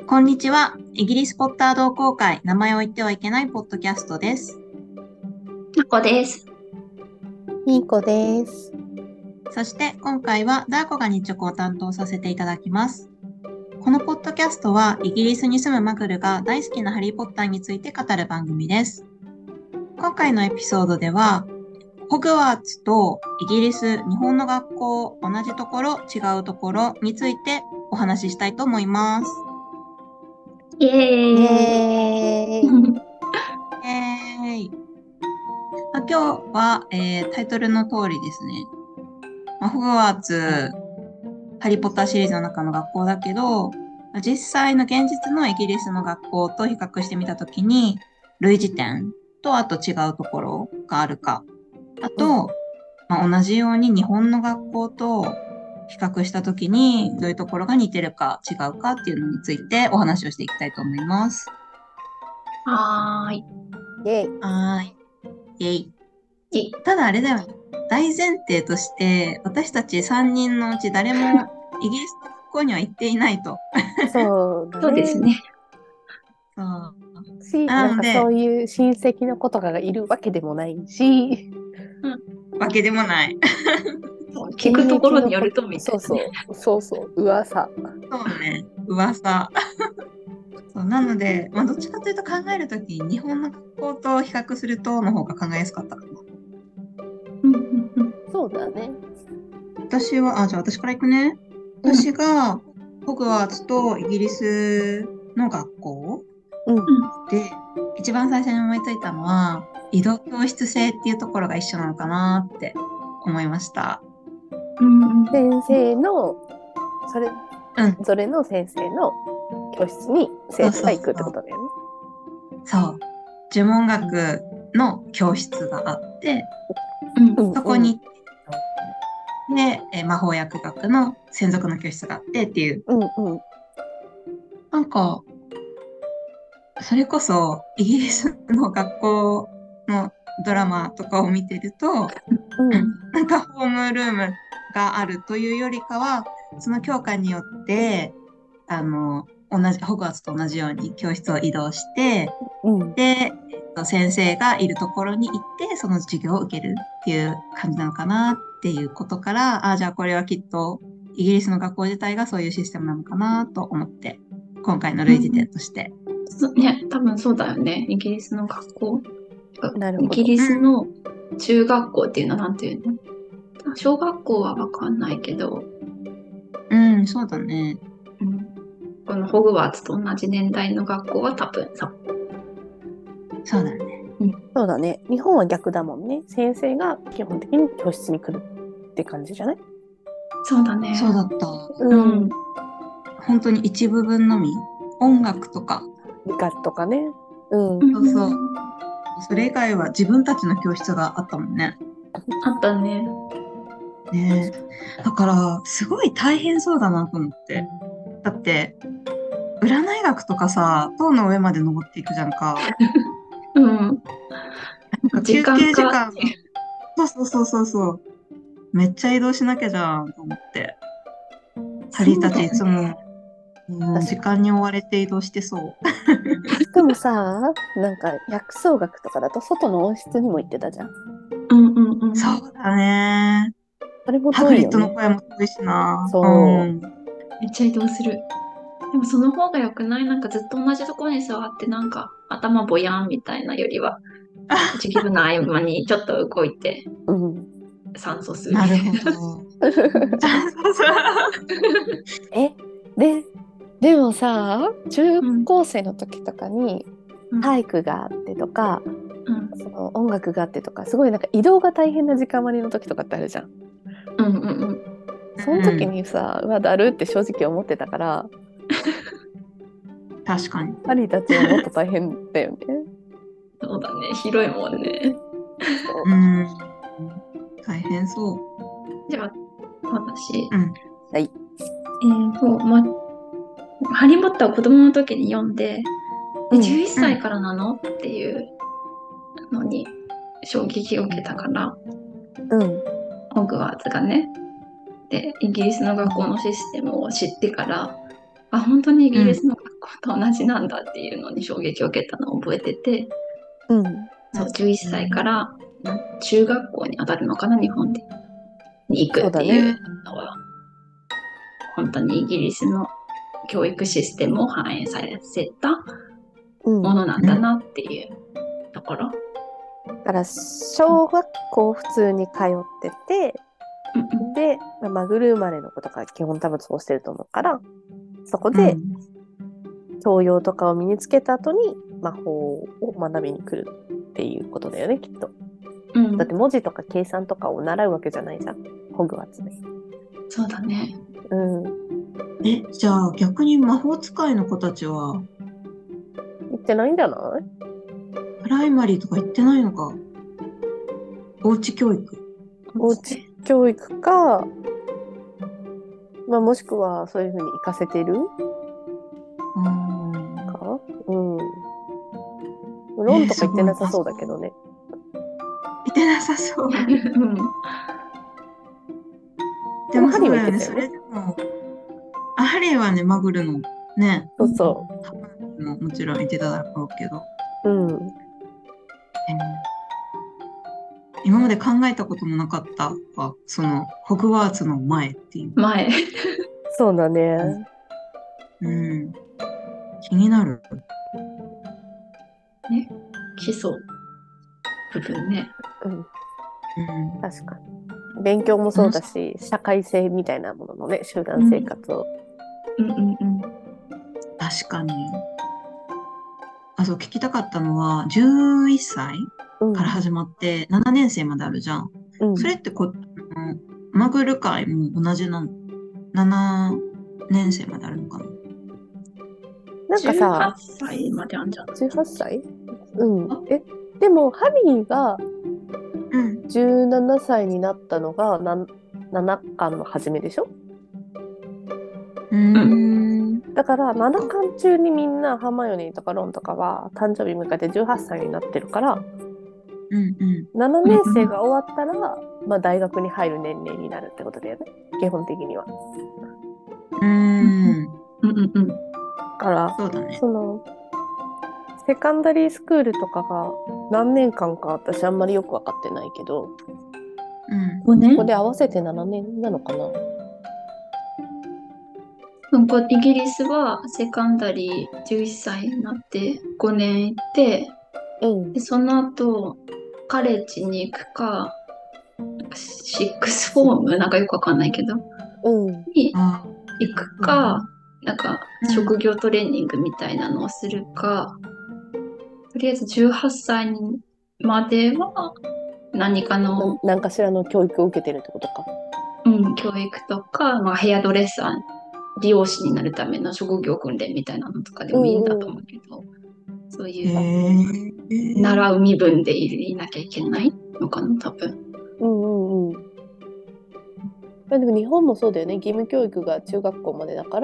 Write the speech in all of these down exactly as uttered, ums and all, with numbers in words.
こんにちは。イギリスポッター同好会、名前を言ってはいけないポッドキャストです。 タコです。 いい子です。 そして今回はダーコが日直を担当させていただきます。このポッドキャストはイギリスに住むマグルが大好きなハリーポッターについて語る番組です。今回のエピソードでは、ホグワーツとイギリス、日本の学校、同じところ、違うところについてお話ししたいと思います。 イエーイ。 イエーイ。 イエーイ。まあ、今日は、えータイトルの通りですね。まあ、ホグワーツ、ハリーポッターシリーズの中の学校だけど、実際の現実のイギリスの学校と比較してみたときに、類似点とあと違うところがあるか。あと、 うんまあ、同じように日本の学校と比較したときに、どういうところが似てるか違うかっていうのについてお話をしていきたいと思います。 はーい。 イエイ。 はーい。イェイ。 いただあれだよね。大前提として、私たちさんにんのうち誰もイギリスの学校には行っていないと。 そうだね。 そうですね。 そう。 し、 なので、 なんかそういう親戚の子とかがいるわけでもないし、 わけでもない。 そう聞くところによるとみたいそうなね。 そう、そうそう、噂。 そうね。噂。そうなので、まあ、どっちかというと考えるとき、日本の学校と比較するとの方が考えやすかったかな。 うんうんうんそうだね。 私は、あ、じゃあ私から行くね。 うん私が、ホグワーツとイギリスの学校うん。 で、一番最初に思いついたのは、移動教室制っていうところが一緒なのかなって思いました。 うんうん先生の、それうん。 ぞれの先生の教室にそう生徒が行くってそうそう。 ことだよね。 そう。呪文学の教室があって、 うんうんうん。 そこに、で、えー魔法薬学の専属の教室があってっていう、 うんうん。 なんか、それこそ、イギリスの学校のドラマとかを見てると、 うん。 なんかホームルームがあるというよりかは、その教科によって、あの、同じ、ホグワーツと同じように教室を移動して、 うん。 で、えっと、先生がいるところに行って、その授業を受けるっていう感じなのかなっていうことから、あ、じゃあこれはきっとイギリスの学校自体がそういうシステムなのかなと思って、今回の類似うんうん。 点として。 そね、多分そうだよね。イギリスの学校。イギなるほど。 リスの中学校っていうのはなんていうの？小学校はわかんないけど、 うん、うん、そうだね。 うん、このホグワーツと同じ年代の学校は多分さ。 そうだね。 うん、 そうだね。日本は逆だもんね。先生が基本的に教室に来るって感じじゃない？ そうだね。 そうだった。 ううん。 ん。 本当に一部分のみ。音楽とか。 理科とかね。うん。 うんそうそう。 うんうん。 それ以外は自分たちの教室があったもんね。 あったね。 ねえ。だから、すごい大変そうだなと思って。だって、占い学とかさ、塔の上まで登っていくじゃんか。 うん。 なんか時休憩時間か。 間が、そうそうそうそうそう。めっちゃ移動しなきゃじゃんと思って。ハリーたちそうだね。 いつも、うん、時間に追われて移動してそう。 しかもさ、なんか薬草学とかだと外の温室にも行ってたじゃん。 うんうんうん。 そうだね。 それもハグリッドの遠いよね。 声も遠いしな。うそん。 めっちゃ移動する。でもその方が良くない？なんかずっと同じところに座ってなんか頭ぼやんみたいなよりは、授業の合間にちょっと動いてう。うん。 酸素吸うみなるほたいな。 ど。そうそうえ、で、でもさ、中うん。 高生の時とかにうん体育があってとか、 うんその音楽があってとか、すごいなんか移動が大変な時間割の時とかってあるじゃん。 うんうんうん。 その時にさ、うわ、だるって正直思ってたから、 確かに。 ハリーたちはもっと大変だよね。 そうだね。広いもんね。 そう。 うん。大変そじゃあ、私。 う。うん。 はい。 えーと、ま、ハリー・ポッターを子供の時に読んで、で、 うん。 11 うん。 歳からなのっていうのに衝撃を受けたから、 うん。 ホグワーツがね、で、イギリスの学校のシステムを知ってから、あ、本当にイギリスの学と同じなんだっていうのに衝撃を受けたのを覚えてて、 うん。 そうじゅういっさいからな中学校に当たるのかな、日本でに行くっていうのは、本当にイギリスの教育システムを反映させたうん。 ものなんだなっていうところ。 だから小学校普通に通ってて、 うんうんで、まあマグル生まれの子とか基本多分そうしてると思うから、そこうでん教養とかを身につけた後に魔法を学びに来るっていうことだよね、きっと。 うんだって文字とか計算とかを習うわけじゃないじゃん、ホグワーツで。 そうだね。 うん。 え、じゃあ逆に魔法使いの子たちは、 言ってないんじゃない？ プライマリーとか行ってないのか。おうち教育。 おうち教育か、まあもしくはそういうふうに活かせてるうん。 か。うん。ロンとか言ってなさそうだけどね。 行ってなさそう。 うんでもハリーはそうだよね。 行ってたよね。 それでも、あ、ハリーはね、マグルのね、 そうそももちろん行ってただろうけど、 う。うん。 えー今まで考えたこともなかったわ。その、ホグワーツの前っていう。 前。 そうだね。 うん。気になる。 ね、基礎部分ね。 うん。 うん。 確かに。勉強もそうだし、社会性みたいなもののね、集団生活を。 うんうんうん。 確かに。あ、そう、聞きたかったのは、じゅういっさいうん。 から始まってななねん生まであるじゃん。 うん。 それってこ、あのマグル会も同じなの？ なな 年生まであるのかな？ なんかさ、 じゅうはっさいまであんじゃん。 じゅうはっさい？うん。え、でも、ハリーがうん。 じゅうななさいになったのがなななかんの初めでしょ？ うーん。 だから、ななかん中にみんな、ハーマイオニーとかロンとかは、誕生日迎えてじゅうはっさいになってるから、 うんうん。 ななねん生が終わったら、まあ、大学に入る年齢になるってことだよね。基本的には。 うーん。 うんうんうん。 だから、 そうだね。 その、セカンダリースクールとかが何年間か私あんまりよくわかってないけど、 うん。 ごねんここで合わせてななねんなのかな。 うんこイギリスはセカンダリーじゅういっさいになってごねん行って、 うんで。その後、カレッジに行くか、シックスフォームなんかよくわかんないけど、 うん。 にあ行くか、なんかうん職業トレーニングみたいなのをするか、とりあえずじゅうはっさいまでは何かなの、 何かしらの教育を受けてるってことか。 うん、教育とか、まあ、ヘアドレッサー、美容師になるための職業訓練みたいなのとかでもいいんだと思うけど、そうへいうえ。 習う身分でいなきゃいけないのかな、多分。 うんうんうん。まあでも日本もそうだよね。義務教育が中学校までだから、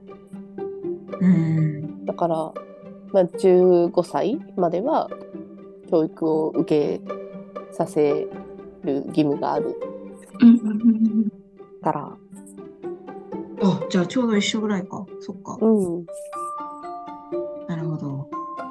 うん。 だから、まあ、じゅうごさいまでは教育を受けさせる義務があるうんうんうんから。 あ、じゃあちょうど一緒ぐらいか。そっか。 うん。 なるほど。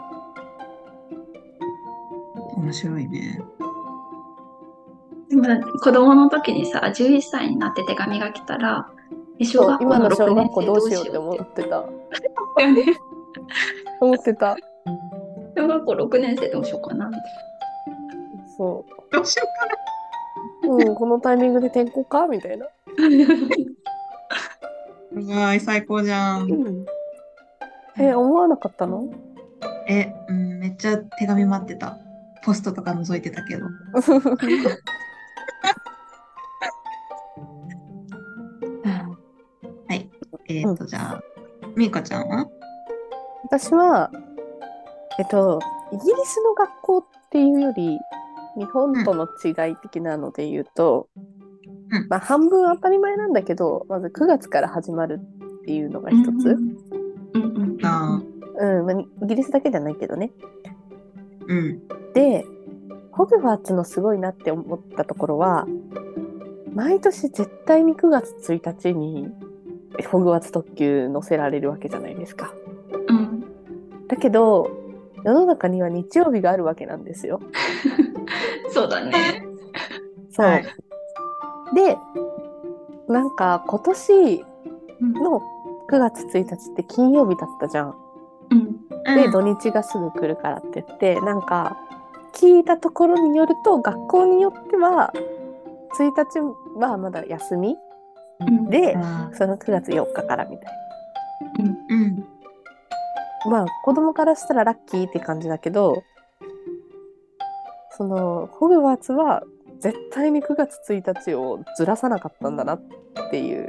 面白いね。 うん。でも子供の時にさ、じゅういっさいになって手紙が来たら、え小そう、 学校の今の 6年小学校ど生どううしようって思しようってってた。 だよね。 思ってた。 小学校ろくねん生どうしようかなみたいそどうしようかう。うん、このタイミングで転校かみたいな。 な。 な。うわー、最高じゃ。 うんん。え、思わなかったの？ え、うん、めっちゃ手紙待ってた。ポストとか覗いてたけど。はい。えっと、じゃあ、みーかちゃんは？ 私は、えっと、イギリスの学校っていうより、日本との違い的なので言うと、 うんまあ半分当たり前なんだけど、まずくがつから始まるっていうのが一つ。 うんうんうんうん。 あうん、まあ、イギリスだけじゃないけどね。 ーうん。 で、ホグワーツのすごいなって思ったところは、毎年絶対にくがつついたちにホグワーツ特急乗せられるわけじゃないですか。 だけど世の中には日曜日があるわけなんですよ。 そうだね。 そう、 はいでなんか今年うん。 のくがつついたちって金曜日だったじゃん。 うん。 でうん土日がすぐ来るからって言ってなんか聞いたところによると学校によってはついたちはまだ休みうん。 であそのくがつよっかからみたいうんな。まあ子供からしたらラッキーって感じだけどそのホグワーツは絶対にくがつついたちをずらさなかったんだなっていう。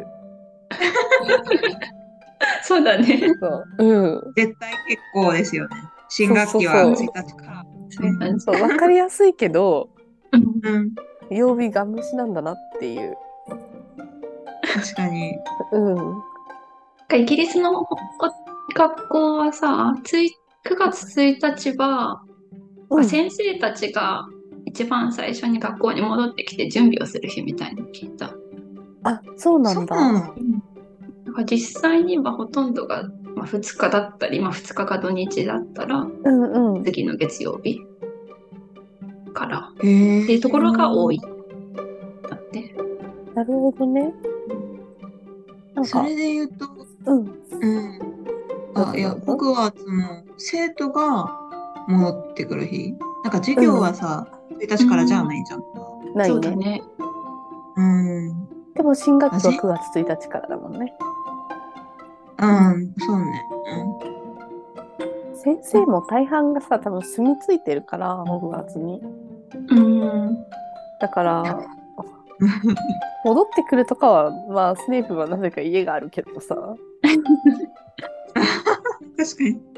そうだね。 そううん絶対結構ですよね。新学期はそうそうそうついたちから。 そうだね。 そう分かりやすいけどうん。 うん、 曜日が無視なんだなっていう。 確かに。 うんイギリスの学校はさ、ついくがつついたちは、 うん先生たちが一番最初に学校に戻ってきて準備をする日みたいなの聞いた。 あそうなそうんだ。 なの。 だから実際にはほとんどが、まあ、ふつかだったり、まあ、ふつかか土日だったらうんうん。 次の月曜日からへえ。 っていうところが多い。だって。 なるほどね。なんかそれで言うと、 うんうん。 どうぞあ、いや、 どうぞホグワーツも生徒が戻ってくる日。なんか授業はさ、ついたちからじゃないじゃん。 ないそうだね。 ね。 うん。 でも新学期はあぜくがつついたちからだもんね。 うん、そうね。 先生も大半がさ多分住み着いてるからホグワーツに。 うん。 だからうん。 戻ってくるとかはまあスネープはなぜか家があるけどさ。 確かに。でも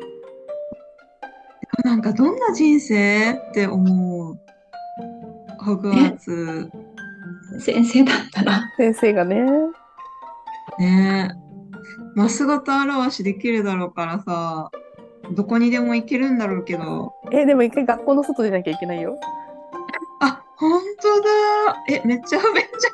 なんかどんな人生って思う。ホグワーツ。 先生だったら。 先生がね。 ねえ。まあ、姿現しできるだろうからさ、どこにでも行けるんだろうけど。 えでも一回学校の外出なきゃいけないよ。 あ、本当だ。え、めっちゃ不便じ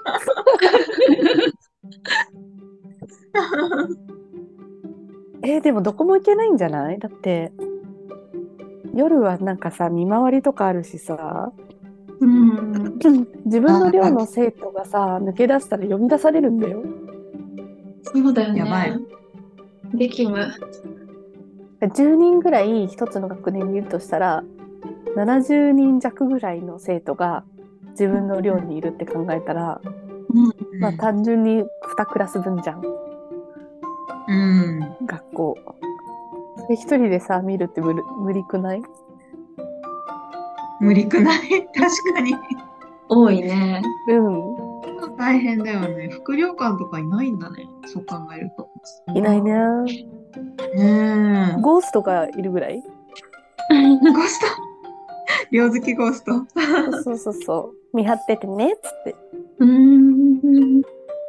ゃん。 えでもどこも行けないんじゃない？だって夜はなんかさ見回りとかあるしさ。 うん。 自分の寮の生徒がさ抜け出したら呼び出されるんだよ。 そうだよね。 やばい。 激務。 じゅうにんぐらい一つの学年にいるとしたらななじゅうにん弱ぐらいの生徒が自分の寮にいるって考えたら、 うん。 まあ単純ににクラス分じゃんうん。 学校。それ一人でさ見るって無理、無理くない？ 無理くない？確かに。 多いね。 うん大変だよね。副寮官とかいないんだね。そう考えると。 いないね。 ねえ。 ゴーストがいるぐらい。 ゴースト。寮好きゴースト。 そうそうそうそう見張っててねっつって。 うん。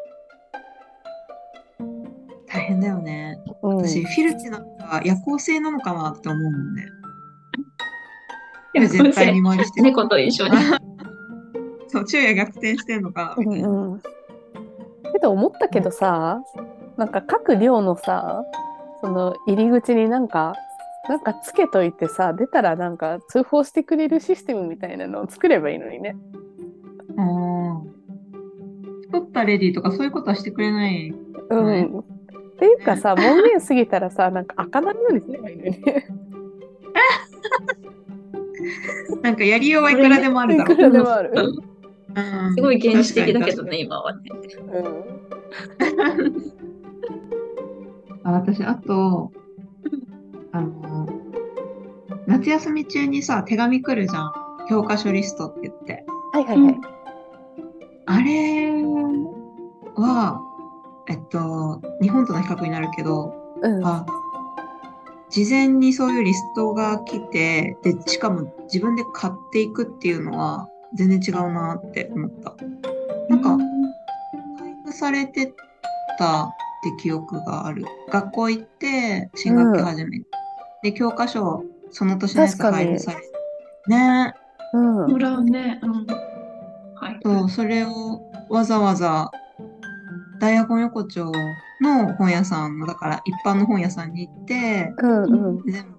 大変だよね。 うん、 私、フィルチなんか夜行性なのかなって思うもんね。 いや絶対見回りしてる。 猫と一緒に。 そう、昼夜逆転してんのかうみたいな。 んうんけど思ったけどさなんか各寮のさその入り口になんかなんかつけといてさ出たらなんか通報してくれるシステムみたいなのを作ればいいのにね。 うん。太ったレディとかそういうことはしてくれない。 うん、 はいっていうかさ門限過ぎたらさなんか開かないようにすればいいのにね。 なんかやりようはいくらでもあるだろいくらでもある。 うん。 すごい原始的だけ確かどね、今はね。 うんにあ、私、あと、あの、夏休み中にさ、手紙来るじゃん。教科書リストって言って。 はいはいはい。 あれは、えっと、日本との比較になるけど、 うんあ、事前にそういうリストが来て、で、しかも自分で買っていくっていうのは全然違うなって思った。なんか、配布されてたって記憶がある。学校行って、新学期始めて、で、教科書、その年のやつ確かに配布されて。ねうんもらうね。うん。はい。 そう、それをわざわざ大学横丁の本屋さんの、だから一般の本屋さんに行って、 うんうん全部自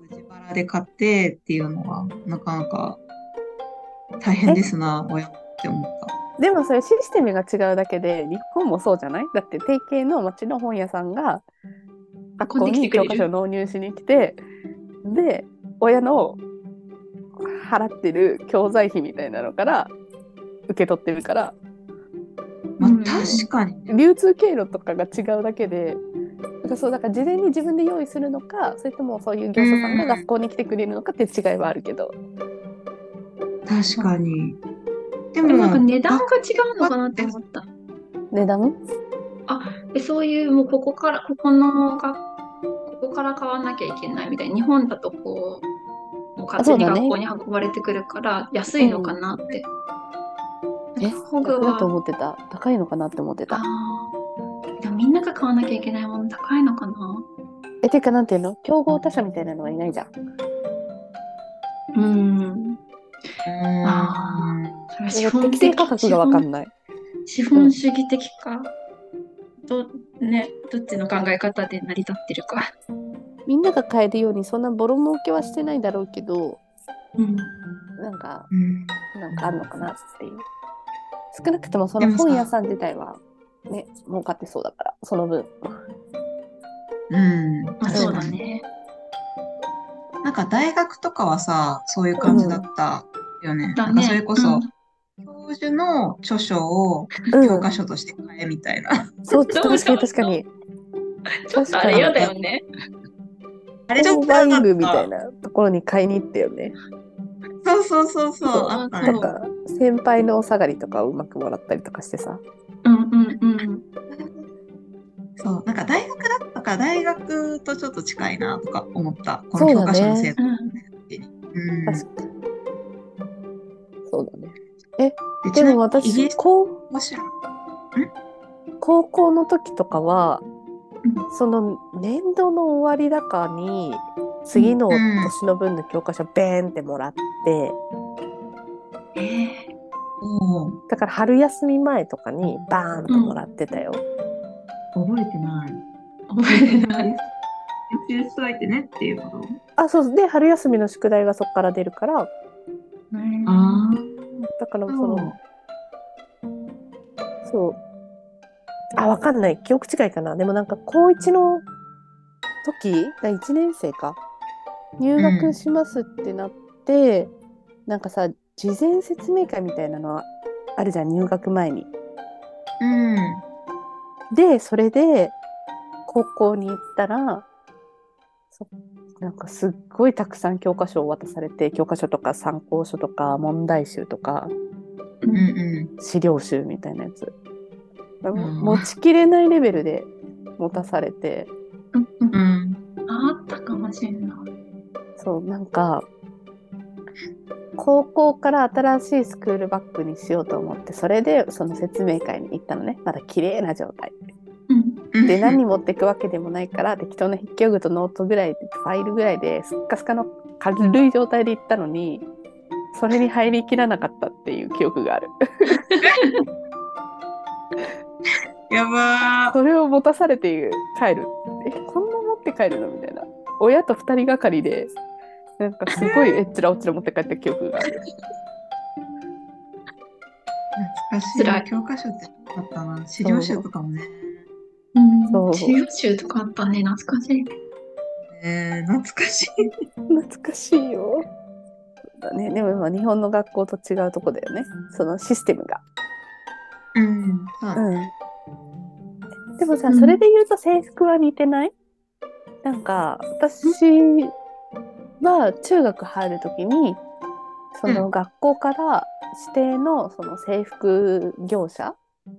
で買ってっていうのは、なかなか大変ですな、親って思った。 でもそれシステムが違うだけで、日本もそうじゃない？だって定型の町の本屋さんが学校に教科書を納入しに来て、で、親の払ってる教材費みたいなのから受け取ってるから、 まあ、確かに。 流通経路とかが違うだけで、だからそうだから事前に自分で用意するのか、それともそういう業者さんが学校に来てくれるのかって違いはあるけど。 確かに。 でもなんか値段が違うのかなって思った。 値段？ あ、でそういうもうここからここのがここから買わなきゃいけないみたいな。日本だとこうもう勝手に学校に運ばれてくるから安いのかなって。 え、高だと思ってた。高いのかなって思ってた。 あでもみんなが買わなきゃいけないもの高いのかな。 え、てかなんていうの？競合他社みたいなのはいないじゃん。 うん。ああ、それは資本的価格がわかんない。 資本主義的か、どね、どっちの考え方で成り立ってるか。 みんなが買えるようにそんなボロ儲けはしてないだろうけど、うん、なんか、うん、なんかあるのかなっていう。少なくともその本屋さん自体はね、儲かってそうだから、その分。 うん、 まあそうだね。 なんか大学とかはさ、そういう感じだったよね。うん、なんかそれこそ、うん教授の著書を教科書として買えみたいな。 うん、そう、確かに確かに。 ちょっとあれ嫌だよね。 あれちょっとバイングみたいなところに買いに行ったよね。 そうそうそうそう。そうあったね。とか、先輩のお下がりとかをうまくもらったりとかしてさ。 うんうんうん。 そう、なんか大学だったから大学とちょっと近いなとか思った。この教科書の制度。 そうだね。うん。確かに。そうだね。え、でも私、高高校の時とかは、うん、その年度の終わりだかに次の年の分の教科書ベーンってもらって、 うん、えー、だから春休み前とかにバーンともらってたよ。 うん、覚えてない。 覚えてない。 予習しといてねっていうこと。 あ、そうで春休みの宿題がそこから出るから。 うん、あだからそのそうあ分かんない記憶違いかな。でもなんか高一の時だいちねん生か入学しますってなって、うん、なんかさ事前説明会みたいなのはあるじゃん入学前に。 うん、 でそれで高校に行ったらそなんかすっごいたくさん教科書を渡されて教科書とか参考書とか問題集とか、 うんうん、 資料集みたいなやつ、うん、持ちきれないレベルで持たされて、 うんうん、あったかもしれない。 そうなんか高校から新しいスクールバッグにしようと思ってそれでその説明会に行ったのね。まだ綺麗な状態で何持っていくわけでもないから適当な筆記用具とノートぐらいでファイルぐらいですっかすかの軽い状態で行ったのにそれに入りきらなかったっていう記憶があるやばー。 それを持たされて帰る。えこんな持って帰るのみたいな。親と二人がかりでなんかすごいえっちらおっちら持って帰った記憶がある懐かしい。教科書ってあったな。資料集とかもね。 うん、資料集とかあったね。懐かしい。 えー、懐かしい。 懐かしいよ。だね。でも今日本の学校と違うとこだよね。そのシステムが。 うん。うん。 でもさ、うん、それで言うと制服は似てない？なんか私は中学入るときにその学校から指定のその制服業者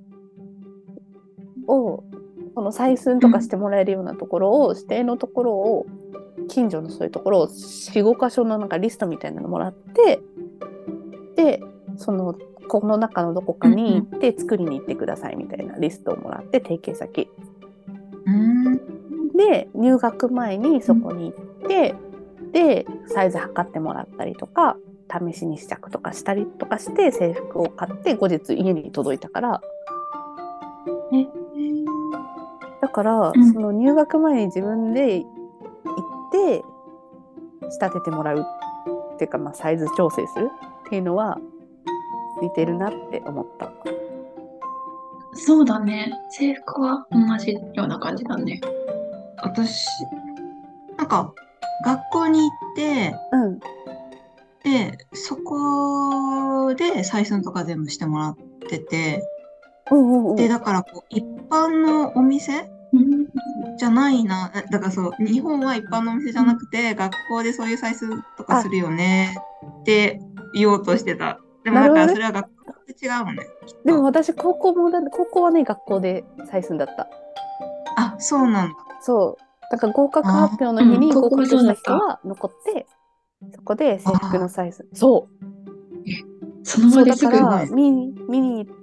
をその採寸とかしてもらえるようなところを、指定のところを近所のそういうところを よん,ご 箇所のなんかリストみたいなのもらってでそのこの中のどこかに行って作りに行ってくださいみたいなリストをもらって提携先、うん、で入学前にそこに行ってでサイズ測ってもらったりとか試しに試着とかしたりとかして制服を買って後日家に届いたから、ね、だから、うん、その入学前に自分で行って仕立ててもらうっていうか、まあ、サイズ調整するっていうのは似てるなって思った。 そうだね。制服は同じような感じだね。 私、なんか、学校に行って、 うんで、そこで採寸とか全部してもらってて、で、 うんうんうん。 だからこう、一般のお店うん。 じゃないな。だからそう、日本は一般のお店じゃなくて、学校でそういう採寸とかあ、 するよねって言おうとしてた。でもだからなるほどね。 それは学校で違うもんね、きっでもと。 私高校もだ高校はね学校で採寸だった。 あ、そうなんだ。 そう。だから合格発あ表の日うん、 に合格高校もそうした人だった。 は残って、そこで制服のあ、 採寸。そそう。そうの場ですぐ。 だからすごい。 見に見に行って、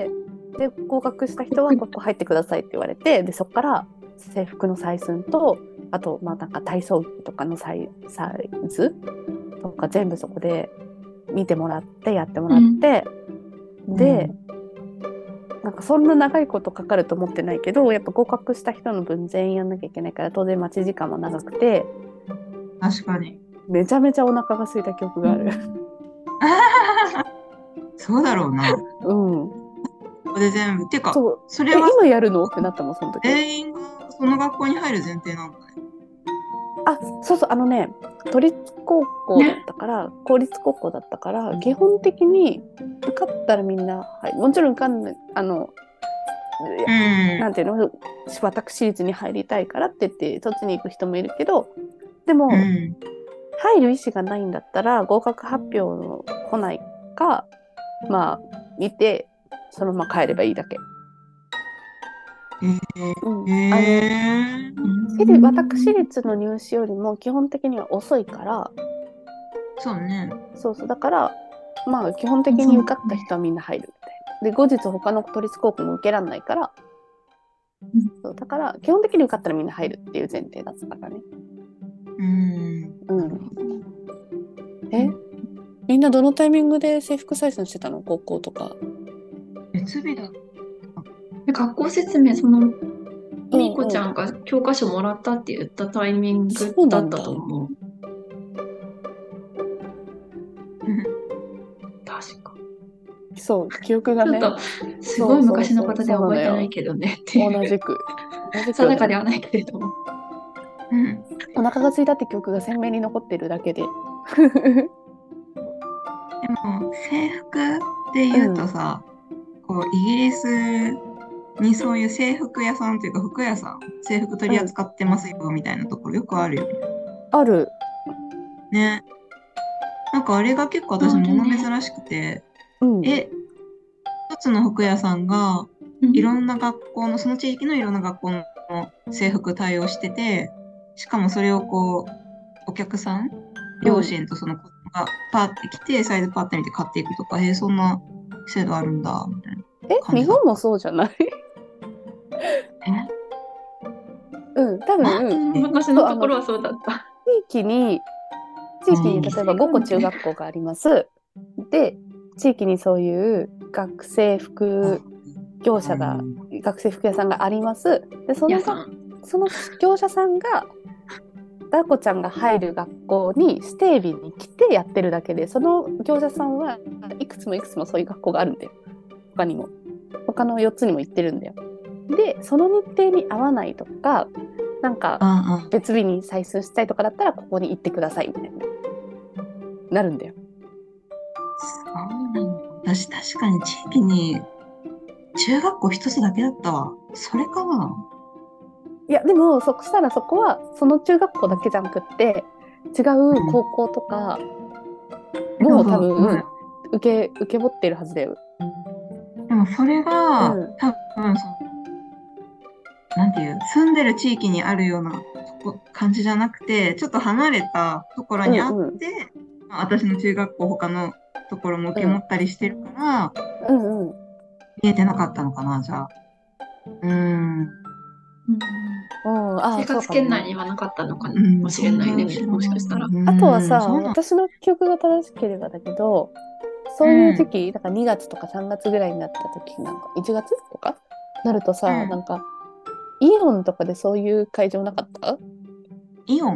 で合格した人はここ入ってくださいって言われて、でそこから制服の採寸と、あとまあなんか体操着とかのサイ、サイズとか全部そこで見てもらってやってもらって、で、なんかそんな長いことかかると思ってないけど、やっぱ合格した人の分全員やんなきゃいけないから、当然待ち時間も長くて、 確かに。 めちゃめちゃお腹が空いた記憶がある。 そうだろうな。 うん。 ここで全部。てか、 そう。え、 それは今やるのってなったもん、その時。 全員がその学校に入る前提なんだね。 あ、そうそう、あのね、都立高校だったから、公立高校だったから、基本的に受かったらみんな、はい、もちろん受かんない、あの、 うん。 なんていうの、私立に入りたいからって言って、そっちに行く人もいるけど、でも、 うん。 入る意思がないんだったら、合格発表の来ないか、まあ、見て、そのまま帰ればいいだけ。うん。 えあの、 え私立私立の入試よりも基本的には遅いから、 そうね。 そうそう、だから、まあ、基本的に受かった人はみんな入るみたいな。で、後日他の都立高校も受けられないから、そうだから、基本的に受かったらみんな入るっていう前提だったからね。 うん。 うなるほん。 ど。 え、みんなどのタイミングで制服採寸してたの？高校とか。 別日だ。 で学校説明、その、 うんみーこちゃうん。 んが教科書もらったって言ったタイミンそグだったうなんだ。 と思う。 うん確か。 そう、記憶がね。 ちょっと、すごいそうそう昔のことでそう、そうな覚えてないのよ。 けどねっていう。 同じく。同じくよね。 定かではないけれども。 うんお腹が空いたって記憶が鮮明に残ってるだけで。 でも、制服で言うとさ、こう、イギリスにそういう制服屋さんというか服屋さん、制服取りうん。 扱ってますよみたいなところよくあるよある。 ね。なんかあれが結構私ある物ね。 珍しくて、 うん。 え、一つの服屋さんがうん。 いろんな学校の、その地域のいろんな学校の制服対応してて、しかもそれをこう、お客さん、両うん。 親とその子供がパーって来て、サイズパーって見て買っていくとか、えーそんな制度あるんだ、みたいなえ、日本も感じだった。 そうじゃない？ え、 うん。多マ分、 うん、 ジで？ 私そう、あの、地のところはそうだった。 域に、地域にうん。 例えばごこ中学校があります。で、地域にそういう学生服業者が、学生服屋さんがあります。で、そのが、 やさん。 その業者さんが、ダーコちゃんが入る学校に指定日に来てやってるだけで、その業者さんはいくつもいくつもそういう学校があるんだよ。他にも。他のよっつにも行ってるんだよ。で、その日程に合わないとか、なんかうんうん。 別日に採寸したいとかだったらここに行ってくださいみたいな。なるんだよ。 そうなんだ。私確かに地域に中学校一つだけだったわ。それかな。 いや、でも、そしたらそこは、その中学校だけじゃなくって、違ううん。 高校とかも多そうそう。う分、 ん。 受け、受け持ってるはずだよ。 でもそれが、 うん。 多分その、なんていう、住んでる地域にあるようなとこ感じじゃなくて、ちょっと離れたところにあっうんうん。 て、まあ私の中学校他のところも受うん。 け持ったりしてるから、 うんうん。 見えてなかったのかな、じゃあ。うーん。ううん、 うん、ああ、そう生活かもね。 圏内にはなかったのかもん、 しれないね。 そんな知らもしない。 かしたら。 うあとはーん、 さ、 そうなん。 私の記憶が正しければだけど、 うそういう時ん、 期、だからにがつとかさんがつぐらいになった時なんか、いちがつとかなるとさ、なうん。 んか、イオンとかでそういう会場なかった？ イオン？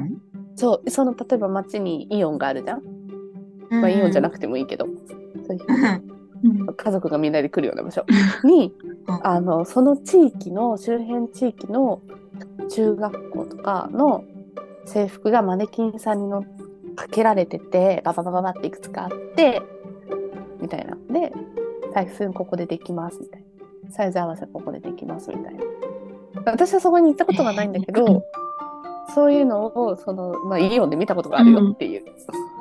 そう、その例えば街にイオンがあるじゃん、まあ、イオンじゃなくてもいいけど、そういううん家族がみんなで来るような場所にあのその地域の周辺地域の中学校とかの制服がマネキンさんにのかけられてて、バババババっていくつかあってみたいなで、採寸ここでできますみたいな、サイズ合わせここでできますみたいな。私はそこに行ったことがないんだけど、 えーそういうのをその、まあ、イオンで見たことがあるよっていう、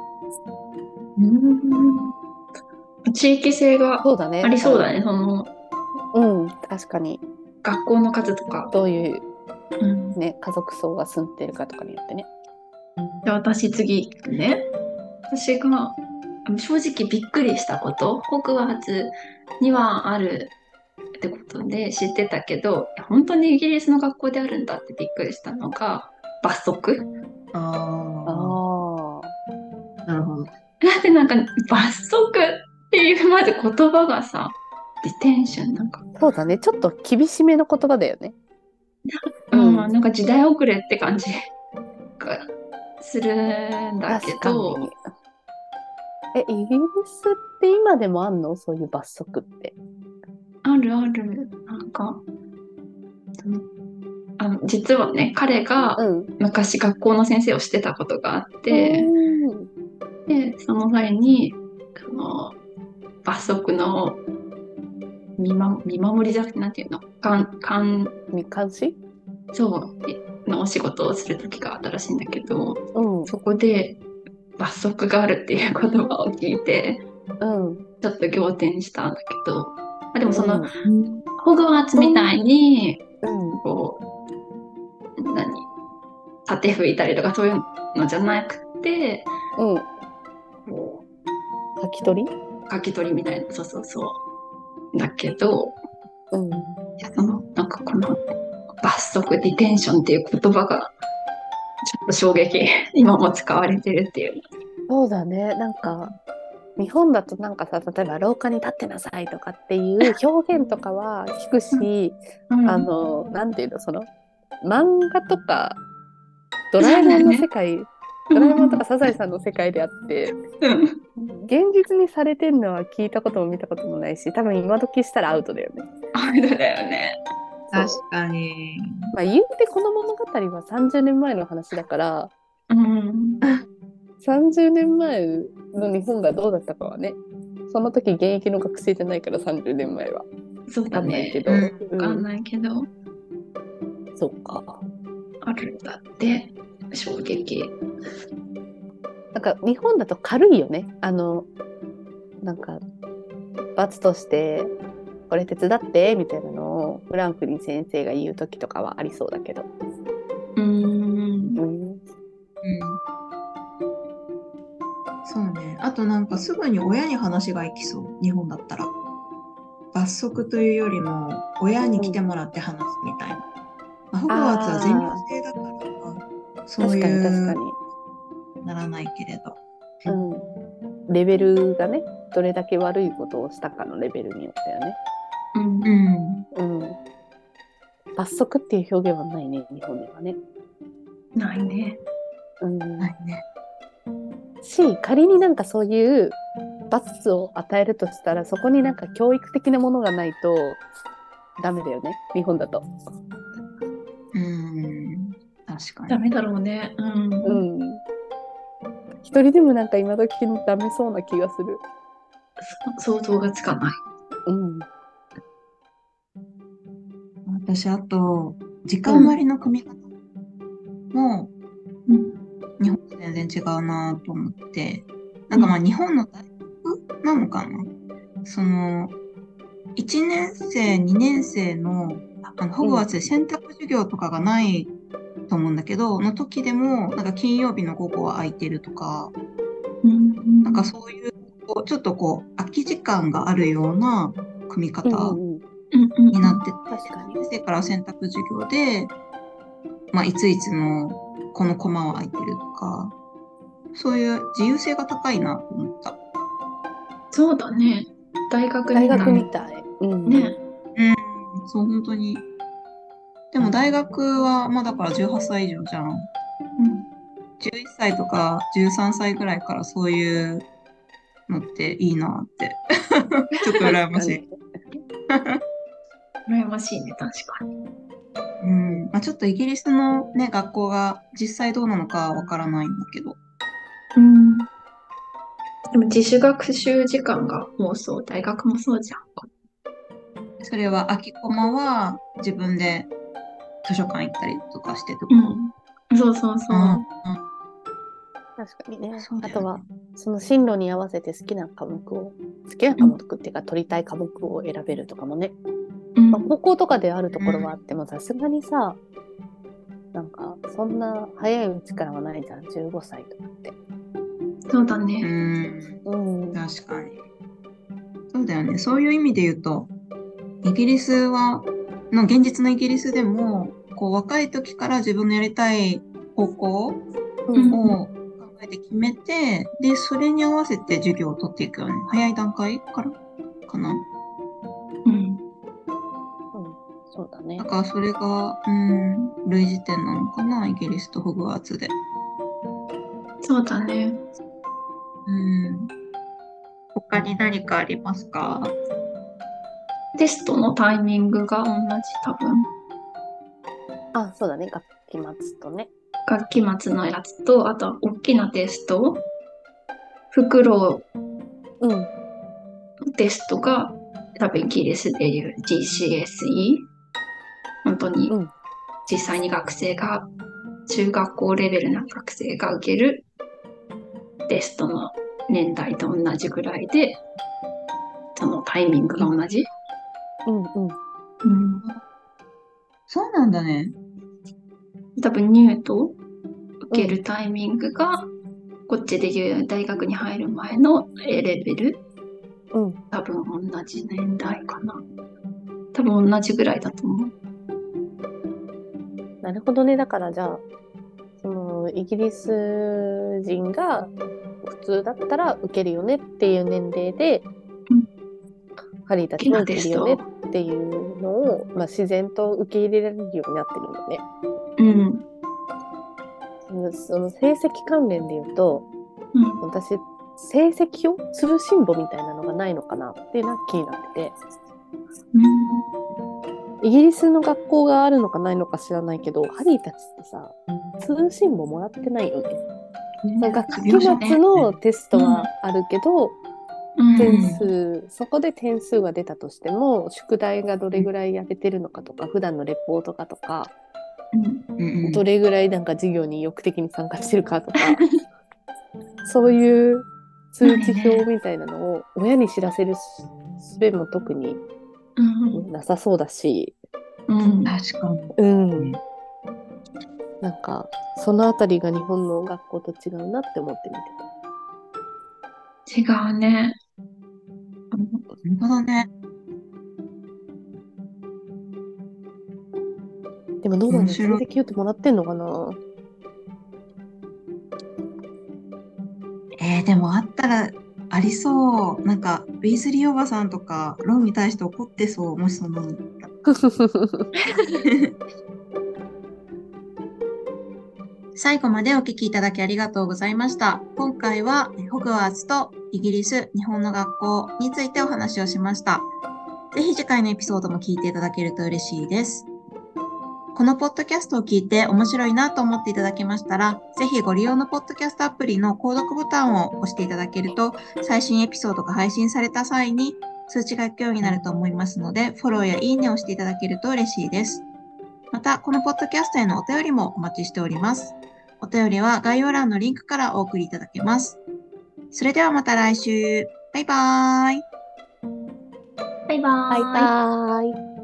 うん、地域性がそうだね、 ありそうだね、そのうん、確かに学校の数とか。 どういう、 うんね、家族層が住んでるかとかによってね。 で私次ね、私があの正直びっくりしたこと、ホグワーツにはあるってことで知ってたけど、本当にイギリスの学校であるんだってびっくりしたのが罰則。 あああ、なるほど。 だってなんか罰則っていうまず言葉がさ、ディテンションなんか、 あ、そうだね。ちょっと厳しめの言葉だよね。 うんうんなんか時代遅れって感じがするんだけ確かど、 に。え、イギリスって今でもあんの？そういう罰則って。 あるある、なんか、あの実はね、彼がうん。 昔学校の先生をしてたことがあっうて、 ん。 で、その際に、その罰則の見,、ま、見守りじゃなくて、なんていうの、監監み監視？ そうのお仕事をする時があったらしいんだけど、 うん。 そこで罰則があるっていう言葉を聞いて、 うん。 ちょっと仰天したんだけど、まあ、でもその、 うんホグワーツみたいに、 うんこう、何、縦吹いたりとかそういうのじゃなくて、 うん。 こ書き取り？ う、書き取りみたいな、そうそうそう。だけど、 うん。 いやその、なんかこの、罰則、ディテンションっていう言葉が、ちょっと衝撃。今も使われてるっていう。 そうだね。なんか、日本だとなんかさ、例えば廊下に立ってなさいとかっていう表現とかは聞くし、 うん、 あの、なんていうの、その、漫画とか、ドラえもんの世界、ドラえもんとかサザエさんの世界であって、 うん、 現実にされてるのは聞いたことも見たこともないし、多分今時したらアウトだよね。 アイドルだよね。 確かに。 まあ言うてこの物語はさんじゅうねんまえの話だから、 うん。 さんじゅうねんまえの日本がどうだったかはね、その時現役の学生じゃないからさんじゅうねんまえは。 そうだわかんないね。 けど。 うんわかんないけど、 そうか。 あるんだって衝撃。 なんか日本だと軽いよね。あの、なんか、罰として、これ手伝ってみたいなのをフランクリン先生が言う時とかはありそうだけど。 うーん。 うん。 うん。そうね。あとなんかすぐに親に話が行きそう。日本だったら。罰則というよりも親に来てもらって話すみたいな。まあ、ホグワーツは全寮制だからそう確かに確いうかに。 ならないけれど。 うん。レベルがね、どれだけ悪いことをしたかのレベルによってはね。 うんう。ん。 うん。罰則っていう表現はないね、日本ではね。 ないね。 うん。 ないね。 し、仮になんかそういう罰を与えるとしたら、そこになんか教育的なものがないとダメだよね、日本だと。 うん。確かに。 ダメだろうね。うん。 うん。一人でもなんか今時ダメそうな気がする。 そ想像がつかない。 うん。 私、あと、時間割の組み方もうん。 日本と全然違うなと思って、なんかまあ日本の大学なのかな、その、いちねん生、にねん生の、あのホグワーツで選択授業とかがないと思うんだけど、の時でも、なんか金曜日の午後は空いてるとか、 うん。 なんかそういう、こうちょっとこう、空き時間があるような組みうん方うんうん。 うんうん。 になってて、 確かに。 先生から選択授業で、まあ、いついつのこのコマは空いてるとか、そういう自由性が高いなと思った。 そうだね。大学大みたい。 学みたい。うん。 ね。 うん、そう、本当に。でも大学は、まあだからじゅうはっさい以上じゃん。 うん。 じゅういっさいとかじゅうさんさいぐらいからそういうのっていいなって。ちょっと羨ましい。 羨ましいね、確かに。 うんまあ、ちょっとイギリスのね、学校が実際どうなのかわからないんだけど。 うん。でも自主学習時間がもうそう、大学もそうじゃん。 それは、秋駒は自分で図書館行ったりとかしてってこと？ うん。そうそうそう。 うん確かにね。 そうだよねあとは、その進路に合わせて好きな科目を、好きな科目っていうか、取りたい科目を選べるとかもね。 うんまあ、高校とかであるところはあっても、さすがにさ、なんか、そんな早いうちからはないじゃん、じゅうごさいとかって。 そうだうね。 ん、 うん。 確かに。そうだよね。そういう意味で言うと、イギリスは、の現実のイギリスでも、こう若い時から自分のやりたい方向うんを考えて決めて、で、それに合わせて授業を取っていくよね。早い段階からかな。 うん。 うん、そうだねだ。からそれが、うん、類似点なのかな、イギリスとホグワーツで。 そうだね。 うん。他に何かありますか？ テストのタイミングが同じ、多分。 あ、そうだね。学期末とね。 学期末のやつと、あとは大きなテスト、袋うん。 テストが多分イギリスでいう ジーシーエスイー。本当にうん。 実際に学生が、中学校レベルな学生が受けるテストの年代と同じぐらいで、そのタイミングが同じ。 うん。うん。 うん。 そうなんだね。 多分ニュート受けるタイミングが、こっちでいう大学に入る前の A レベル、 うん。 多分同じ年代かな。多分同じぐらいだと思う。 なるほどね。だからじゃあ、その、イギリス人が普通だったら受けるよねっていう年齢で、 うんハリーたちも受けるよねっていうのを、まあ、自然と受け入れられるようになってるんだね。 うん。 その成績関連で言うと、 うん。 私、成績表通信簿みたいなのがないのかなっていうのは気になってて、イギリスの学校があるのかないのか知らないけど、ハリーたちってさ、通信簿もらってないよね。 うん学期末のテストはあるけど、 うん、 点数、そこで点数が出たとしても、宿題がどれぐらいやれてるのかとか、普段のレポートかとか、 うんうんどれぐらいなんか授業に意欲的に参加してるかとか、そういう通知表みたいなのを親に知らせる術も特にうんなさそうだし、 うん、 確かに。 うん。なんか、そのあたりが日本の学校と違うなって思って見て違うね。 本当だね。 た。でもどうだろう、成面白い績表ってもらってんのかな？ えー、でもあったらありそう。なんか、ウィーズリーおばさんとか、ロンに対して怒ってそう。もしそんなのだったら。最後までお聞きいただきありがとうございました。今回はホグワーツとイギリス、日本の学校についてお話をしました。ぜひ次回のエピソードも聞いていただけると嬉しいです。このポッドキャストを聞いて面白いなと思っていただけましたら、ぜひご利用のポッドキャストアプリの購読ボタンを押していただけると、最新エピソードが配信された際に通知が行くようになると思いますので、フォローやいいねをしていただけると嬉しいです。また、このポッドキャストへのお便りもお待ちしております。お便りは概要欄のリンクからお送りいただけます。それではまた来週。バイバーイ。 バイバーイ。 バイバーイ。